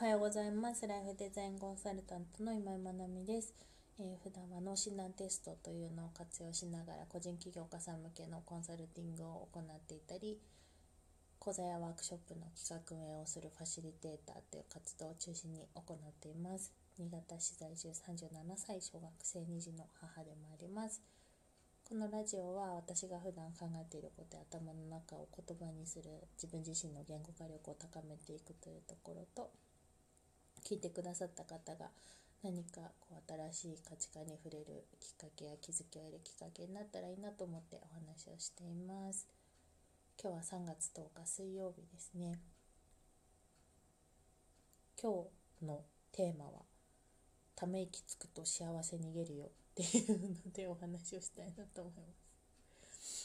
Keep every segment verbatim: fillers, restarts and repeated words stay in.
はようございます。ライフデザインコンサルタントの今井まなみです。えー、普段は脳診断テストというのを活用しながら個人起業家さん向けのコンサルティングを行っていたり、講座やワークショップの企画運営をするファシリテーターという活動を中心に行っています。新潟市在住さんじゅうななさい、小学生に児の母でもあります。このラジオは私が普段考えていることや頭の中を言葉にする自分自身の言語化力を高めていくというところと、聞いてくださった方が何かこう新しい価値観に触れるきっかけや気づきを得るきっかけになったらいいなと思ってお話をしています。今日はさんがつとおか水曜日ですね。今日のテーマはため息つくと幸せ逃げるよっていうのでお話をしたいなと思います。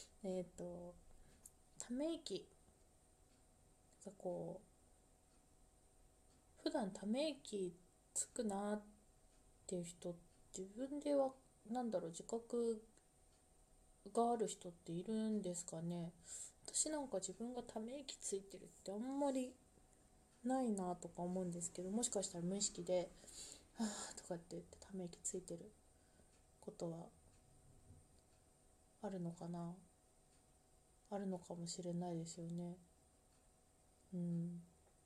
えっ、ー、とため息がこう普段ため息つくなっていう人、自分ではなんだろう自覚がある人っているんですかね。私なんか自分がため息ついてるってあんまりないなとか思うんですけど、もしかしたら無意識ではぁとかって言ってため息ついてることはあるのかな、あるのかもしれないですよね。うん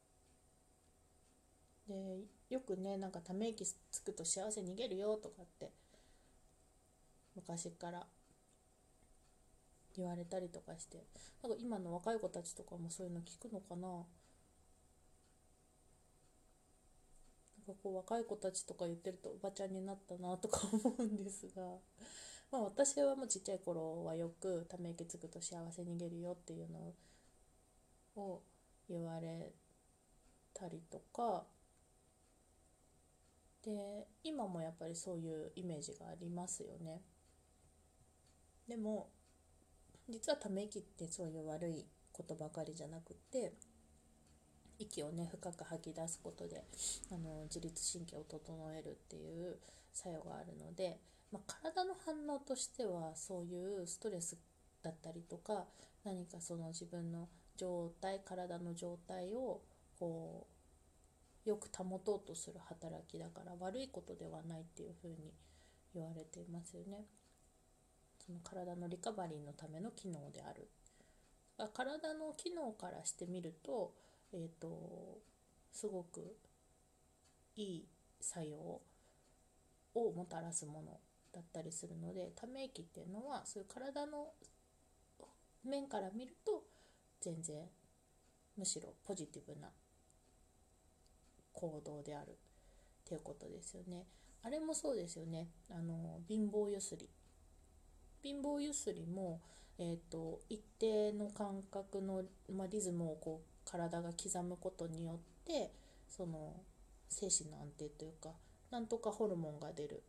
でよくね、なんかため息つくと幸せ逃げるよとかって昔から言われたりとかして、なんか今の若い子たちとかもそういうの聞くのかな。なんかこう若い子たちとか言ってるとおばちゃんになったなとか思うんですが、まあ、私はもうちっちゃい頃はよくため息つくと幸せ逃げるよっていうのを言われたりとかで、今もやっぱりそういうイメージがありますよね。でも実はため息ってそういう悪いことばかりじゃなくて、息をね深く吐き出すことであの自律神経を整えるっていう作用があるので、まあ、体の反応としてはそういうストレスだったりとか、何かその自分の状態体の状態をこうよく保とうとする働きだから悪いことではないっていうふうに言われていますよね。その体のリカバリーのための機能である。体の機能からしてみると、えーと、すごくいい作用をもたらすものだったりするので、ため息っていうのはそういう体の面から見ると全然むしろポジティブな行動であるっていうことですよね。あれもそうですよね。あの貧乏ゆすり貧乏ゆすりも、えーと、一定の感覚の、まあ、リズムをこう体が刻むことによってその精神の安定というか、なんとかホルモンが出る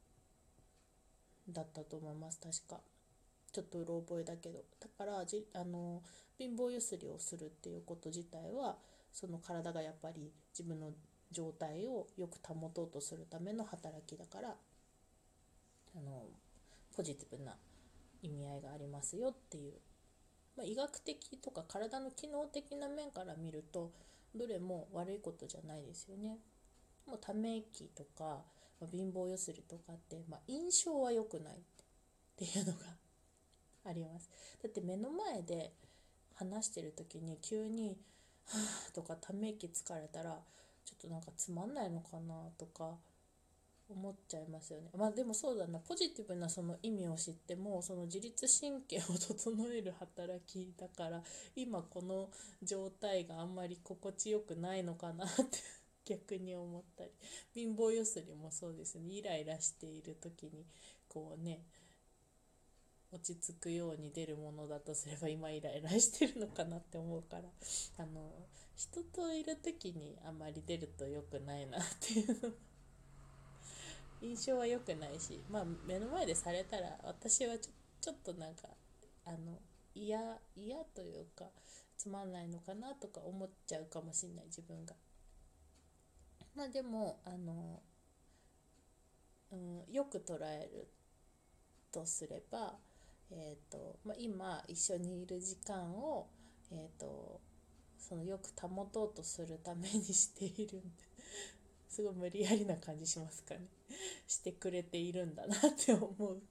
だったと思います。確かちょっとうろ覚えだけど、だからじあの貧乏ゆすりをするっていうこと自体はその体がやっぱり自分の状態をよく保とうとするための働きだから、あのポジティブな意味合いがありますよっていう、まあ、医学的とか体の機能的な面から見るとどれも悪いことじゃないですよね。もうため息とか、まあ、貧乏ゆすりとかって、まあ、印象は良くないっていうのがあります。だって目の前で話してる時に急にはぁとかため息つかれたらちょっとなんかつまんないのかなとか思っちゃいますよね。まあでもそうだな、ポジティブなその意味を知ってもその自律神経を整える働きだから今この状態があんまり心地よくないのかなって逆に思ったり、貧乏ゆすりもそうですね。イライラしている時にこうね落ち着くように出るものだとすれば今イライラしてるのかなって思うから、あの人といる時にあんまり出ると良くないなっていう印象は良くないし、まあ目の前でされたら私はちょ、ちょっとなんかあの嫌嫌というかつまんないのかなとか思っちゃうかもしれない自分が。まあでもあの、うん、よく捉えるとすれば、えーとまあ、今一緒にいる時間を、えーとそのよく保とうとするためにしているんですごい無理やりな感じしますかね。してくれているんだなって思う。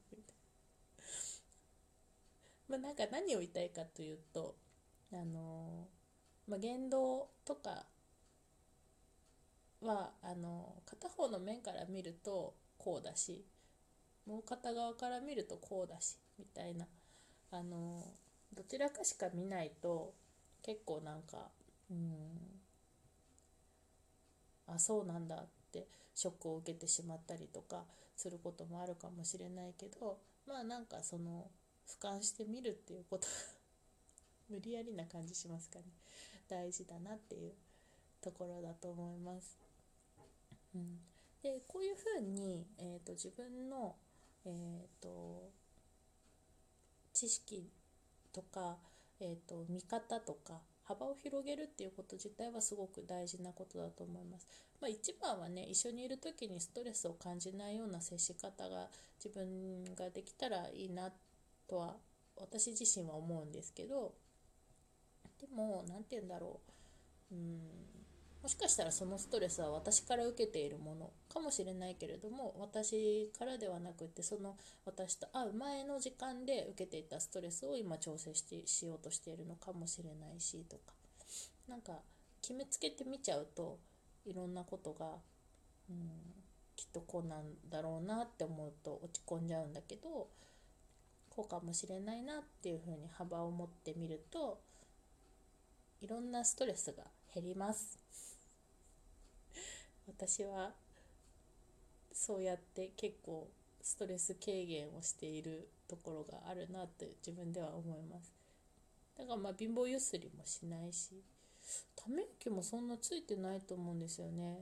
まあなんか何を言いたいかというと、あのまあ、言動とかはあの片方の面から見るとこうだし、もう片側から見るとこうだしみたいな、あのどちらかしか見ないと結構なんか、うん、あそうなんだってショックを受けてしまったりとかすることもあるかもしれないけど、まあなんかその俯瞰してみるっていうこと無理やりな感じしますかね、大事だなっていうところだと思います。うん、でこういうふうに、えーと、自分の、えーと、知識とか、えーと、見方とか幅を広げるっていうこと自体はすごく大事なことだと思います。まあ、一番はね、一緒にいる時にストレスを感じないような接し方が自分ができたらいいなとは私自身は思うんですけど、でも何て言うんだろう、うーんもしかしたらそのストレスは私から受けているものかもしれないけれども、私からではなくてその私と会う前の時間で受けていたストレスを今調整してしようとしているのかもしれないしとか、なんか決めつけてみちゃうといろんなことが、うん、きっとこうなんだろうなって思うと落ち込んじゃうんだけど、こうかもしれないなっていうふうに幅を持ってみるといろんなストレスが減ります。私はそうやって結構ストレス軽減をしているところがあるなって自分では思います。だからまあ貧乏ゆすりもしないし、ため息もそんなついてないと思うんですよね。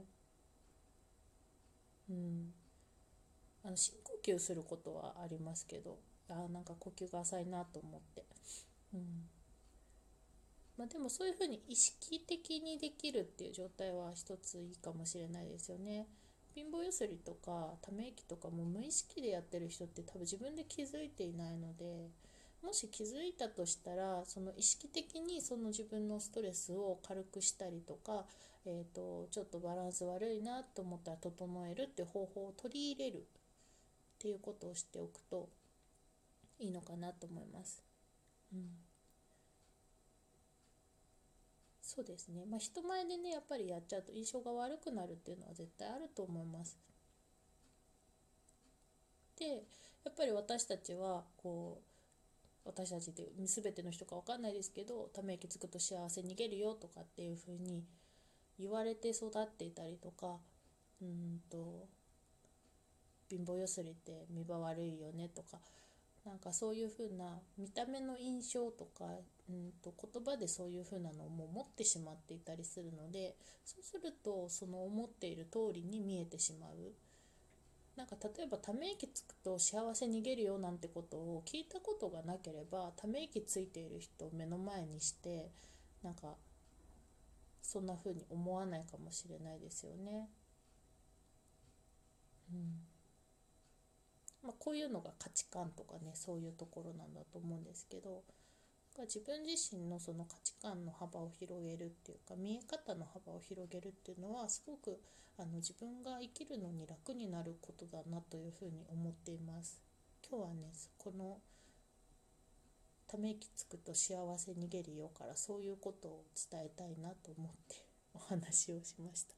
うん。あの深呼吸することはありますけど、あーなんか呼吸が浅いなと思って。うん。まあでもそういうふうに意識的にできるっていう状態は一ついいかもしれないですよね。貧乏ゆすりとかため息とかも無意識でやってる人って多分自分で気づいていないので、もし気づいたとしたらその意識的にその自分のストレスを軽くしたりとか、えー、とちょっとバランス悪いなと思ったら整えるっていう方法を取り入れるっていうことをしておくといいのかなと思います。うん、そうですね、まあ、人前でねやっぱりやっちゃうと印象が悪くなるっていうのは絶対あると思います。でやっぱり私たちはこう私たちって全ての人か分かんないですけど、ため息つくと幸せ逃げるよとかっていう風に言われて育っていたりとか、うんと貧乏ゆすりって見場悪いよねとか、なんかそういう風な見た目の印象とか、うんと言葉でそういう風なのをもう持ってしまっていたりするので、そうするとその思っている通りに見えてしまう。なんか例えばため息つくと幸せ逃げるよなんてことを聞いたことがなければ、ため息ついている人を目の前にしてなんかそんな風に思わないかもしれないですよね。うんまあ、こういうのが価値観とかね、そういうところなんだと思うんですけど、自分自身のその価値観の幅を広げるっていうか見え方の幅を広げるっていうのはすごくあの自分が生きるのに楽になることだなというふうに思っています。今日はねこのため息つくと幸せ逃げるよからそういうことを伝えたいなと思ってお話をしました。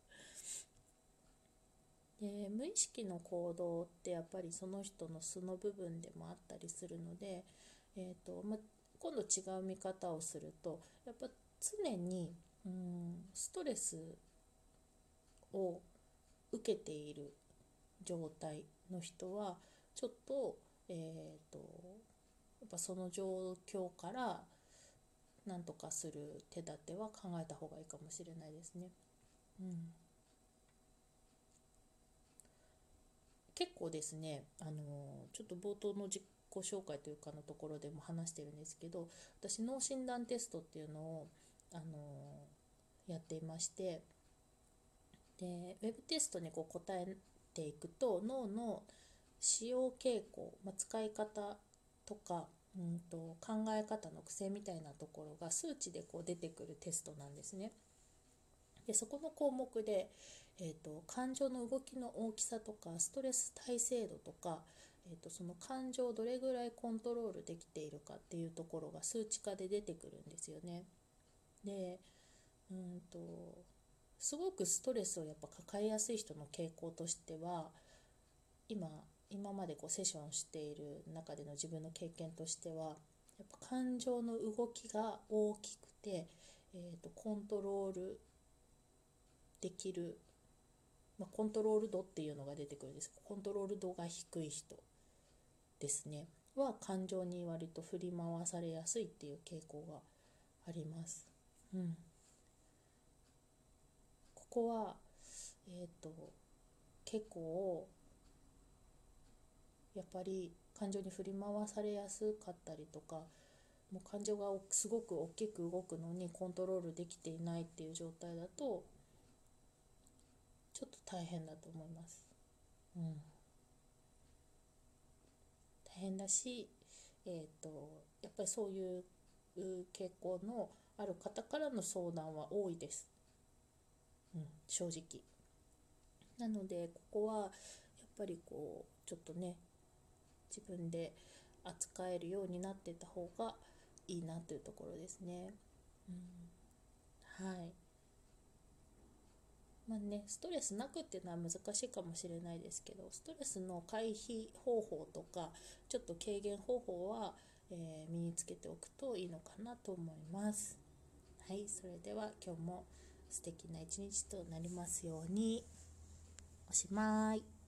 で無意識の行動ってやっぱりその人の素の部分でもあったりするので、えーとま、今度違う見方をするとやっぱ常にうんストレスを受けている状態の人はちょっと,、えーとやっぱその状況から何とかする手立ては考えた方がいいかもしれないですね。うん、結構ですね、あのちょっと冒頭の自己紹介というかのところでも話してるんですけど、私脳診断テストっていうのを、あのやっていまして、でウェブテストにこう答えていくと脳の使用傾向、まあ、使い方とか、うんと考え方の癖みたいなところが数値でこう出てくるテストなんですね。 でそこの項目で、えーと、感情の動きの大きさとかストレス耐性度とか、えーと、その感情をどれぐらいコントロールできているかっていうところが数値化で出てくるんですよね。でうんとすごくストレスをやっぱ抱えやすい人の傾向としては、今今までこうセッションしている中での自分の経験としては、やっぱ感情の動きが大きくて、えーと、コントロールできる、まあ、コントロール度っていうのが出てくるんです。コントロール度が低い人ですねは感情に割と振り回されやすいっていう傾向があります。うん、ここは、えーと、結構やっぱり感情に振り回されやすかったりとか、もう感情がすごく大きく動くのにコントロールできていないっていう状態だとちょっと大変だと思います。うん、大変だし、えーと、やっぱりそういう傾向のある方からの相談は多いです、うん、正直。なのでここはやっぱりこうちょっとね、自分で扱えるようになってた方がいいなというところですね。うん、はい。まあね、ストレスなくっていうのは難しいかもしれないですけど、ストレスの回避方法とかちょっと軽減方法は、えー身につけておくといいのかなと思います。はい、それでは今日も素敵な一日となりますように。おしまい。